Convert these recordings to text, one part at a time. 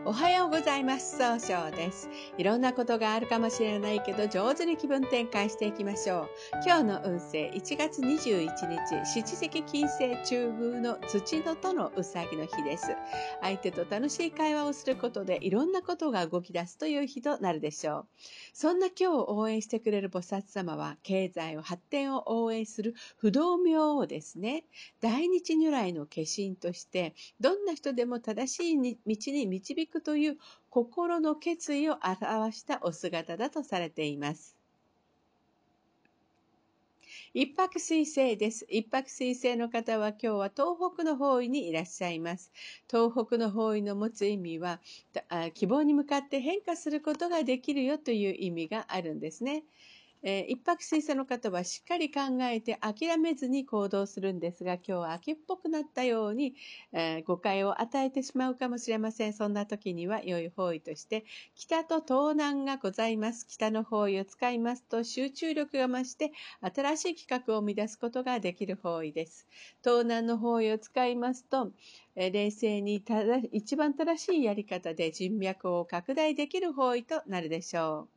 おはようございます。総称です。いろんなことがあるかもしれないけど、上手に気分転換していきましょう。今日の運勢、1月21日、七石金星中宮の土のとのうさぎの日です。相手と楽しい会話をすることで、いろんなことが動き出すという日となるでしょう。そんな今日を応援してくれる菩薩様は、経済を発展を応援する不動明王ですね。大日如来の化身として、どんな人でも正しい道に導くという心の決意を表したお姿だとされています。一泊水星です。一泊水星の方は今日は東北の方位にいらっしゃいます。東北の方位の持つ意味は、希望に向かって変化することができるよという意味があるんですね。一泊水星の方はしっかり考えて諦めずに行動するんですが、今日は秋っぽくなったように、誤解を与えてしまうかもしれません。そんな時には良い方位として、北と東南がございます。北の方位を使いますと集中力が増して、新しい企画を生み出すことができる方位です。東南の方位を使いますと、冷静に一番正しいやり方で人脈を拡大できる方位となるでしょう。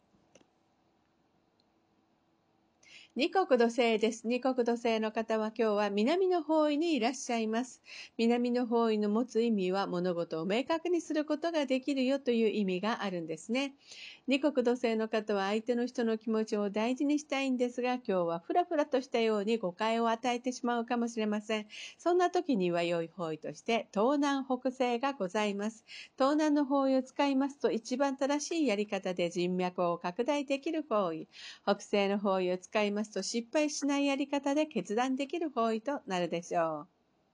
二国土星です。二国土星の方は今日は南の方位にいらっしゃいます。南の方位の持つ意味は物事を明確にすることができるよという意味があるんですね。二国土星の方は相手の人の気持ちを大事にしたいんですが、今日はふらふらとしたように誤解を与えてしまうかもしれません。そんな時には良い方位として東南北西がございます。東南の方位を使いますと一番正しいやり方で人脈を拡大できる方位。北西の方位を使いますと失敗しないやり方で決断できる方位となるでしょう。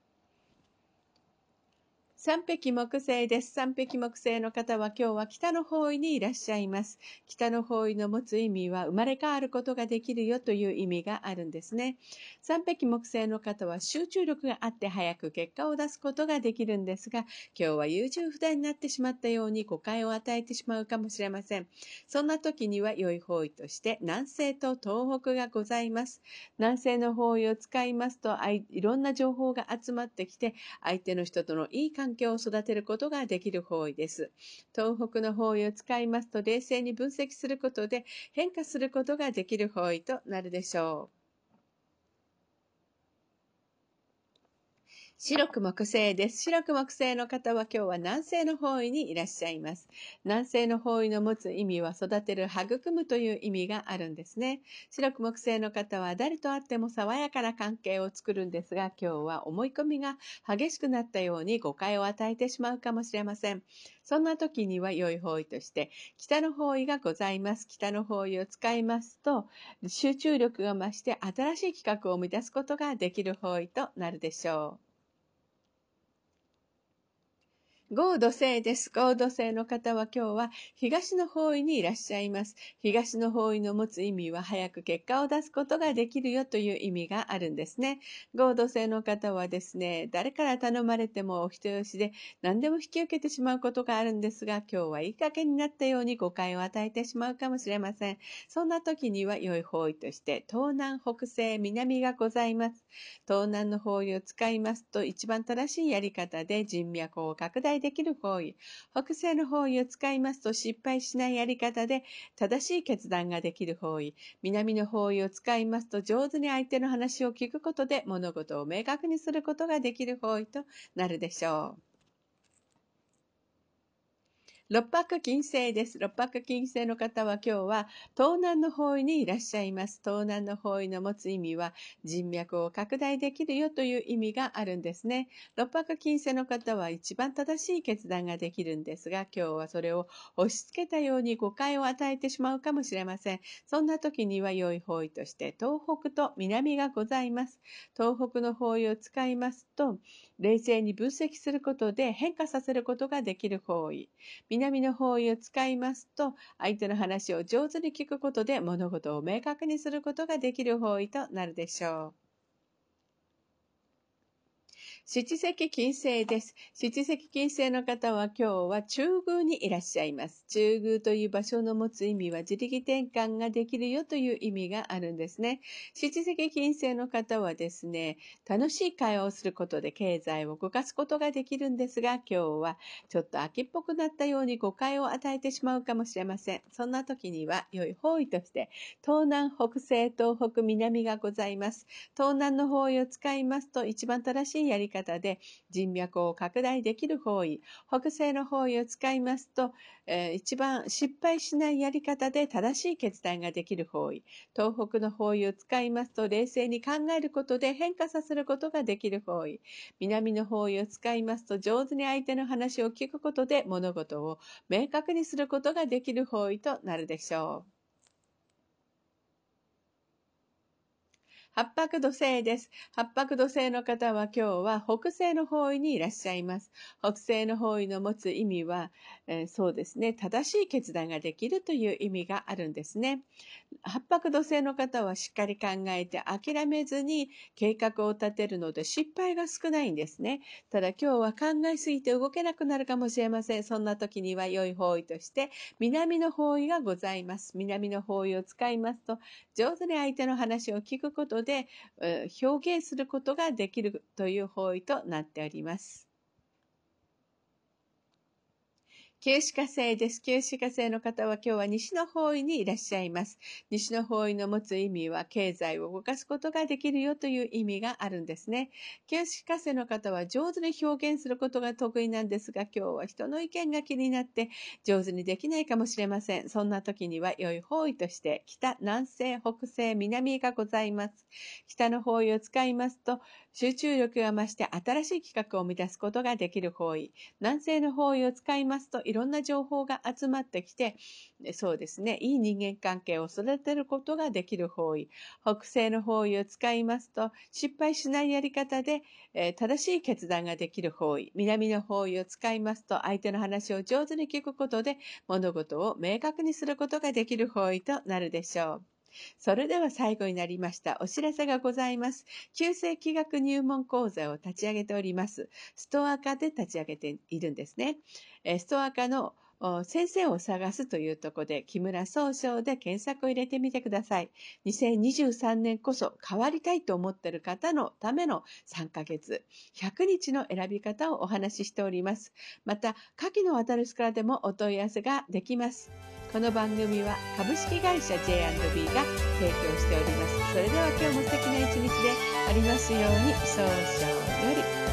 三匹木星です。三匹木星の方は今日は北の方位にいらっしゃいます。北の方位の持つ意味は生まれ変わることができるよという意味があるんですね。三匹木星の方は集中力があって早く結果を出すことができるんですが、今日は優柔不断になってしまったように誤解を与えてしまうかもしれません。そんな時には良い方位として南西と東北がございます。南西の方位を使いますといろんな情報が集まってきて、相手の人とのいい関係を育てることができる方位です。東北の方位を使いますと冷静に分析することで変化することができる方位となるでしょう。白く木星です。白く木星の方は今日は南西の方位にいらっしゃいます。南西の方位の持つ意味は育てる、育むという意味があるんですね。白く木星の方は誰と会っても爽やかな関係を作るんですが、今日は思い込みが激しくなったように誤解を与えてしまうかもしれません。そんな時には良い方位として北の方位がございます。北の方位を使いますと集中力が増して新しい企画を生み出すことができる方位となるでしょう。合土星です。合土星の方は今日は東の方位にいらっしゃいます。東の方位の持つ意味は早く結果を出すことができるよという意味があるんですね。合土星の方はですね、誰から頼まれてもお人よしで何でも引き受けてしまうことがあるんですが、今日はいい加減になったように誤解を与えてしまうかもしれません。そんな時には良い方位として東南北西南がございます。東南の方位を使いますと一番正しいやり方で人脈を拡大できる方位。北西の方位を使いますと失敗しないやり方で正しい決断ができる方位。南の方位を使いますと上手に相手の話を聞くことで物事を明確にすることができる方位となるでしょう。六白金星です。六白金星の方は今日は東南の方位にいらっしゃいます。東南の方位の持つ意味は人脈を拡大できるよという意味があるんですね。六白金星の方は一番正しい決断ができるんですが、今日はそれを押し付けたように誤解を与えてしまうかもしれません。そんな時には良い方位として東北と南がございます。東北の方位を使いますと、冷静に分析することで変化させることができる方位。南の方位を使いますと、相手の話を上手に聞くことで物事を明確にすることができる方位となるでしょう。 七石金星です。七石金星の方は今日は中宮にいらっしゃいます。中宮という場所の持つ意味は自力転換ができるよという意味があるんですね。七石金星の方はですね、楽しい会話をすることで経済を動かすことができるんですが、今日はちょっと秋っぽくなったように誤解を与えてしまうかもしれません。そんな時には良い方位として東南、北西、東北、南がございます。東南の方位を使いますと一番正しいやり方で人脈を拡大できる方位。北西の方位を使いますと、一番失敗しないやり方で正しい決断ができる方位。東北の方位を使いますと冷静に考えることで変化させることができる方位。南の方位を使いますと上手に相手の話を聞くことで物事を明確にすることができる方位となるでしょう。八白土星です。八白土星の方は今日は北西の方位にいらっしゃいます。北西の方位の持つ意味は、そうですね、正しい決断ができるという意味があるんですね。八白土星の方はしっかり考えて諦めずに計画を立てるので失敗が少ないんですね。ただ今日は考えすぎて動けなくなるかもしれません。そんな時には良い方位として南の方位がございます。南の方位を使いますと上手に相手の話を聞くことで表現することができるという方位となっております。旧歯科星です。旧歯科星の方は今日は西の方位にいらっしゃいます。西の方位の持つ意味は経済を動かすことができるよという意味があるんですね。旧歯科星の方は上手に表現することが得意なんですが、今日は人の意見が気になって上手にできないかもしれません。そんな時には良い方位として北、南西、北西、南がございます。北の方位を使いますと集中力が増して新しい企画を生み出すことができる方位。南西の方位を使いますといろんな情報が集まってきて、そうですね、いい人間関係を育てることができる方位。北西の方位を使いますと失敗しないやり方で、正しい決断ができる方位。南の方位を使いますと相手の話を上手に聞くことで物事を明確にすることができる方位となるでしょう。それでは最後になりました。お知らせがございます。旧世気学入門講座を立ち上げております。ストア化で立ち上げているんですね。ストア化の先生を探すというところで木村総称で検索を入れてみてください。2023年こそ変わりたいと思っている方のための3ヶ月、100日の選び方をお話ししております。また、下記の渡るスからでもお問い合わせができます。この番組は株式会社 J&B が提供しております。それでは今日も素敵な一日でありますように、早々より。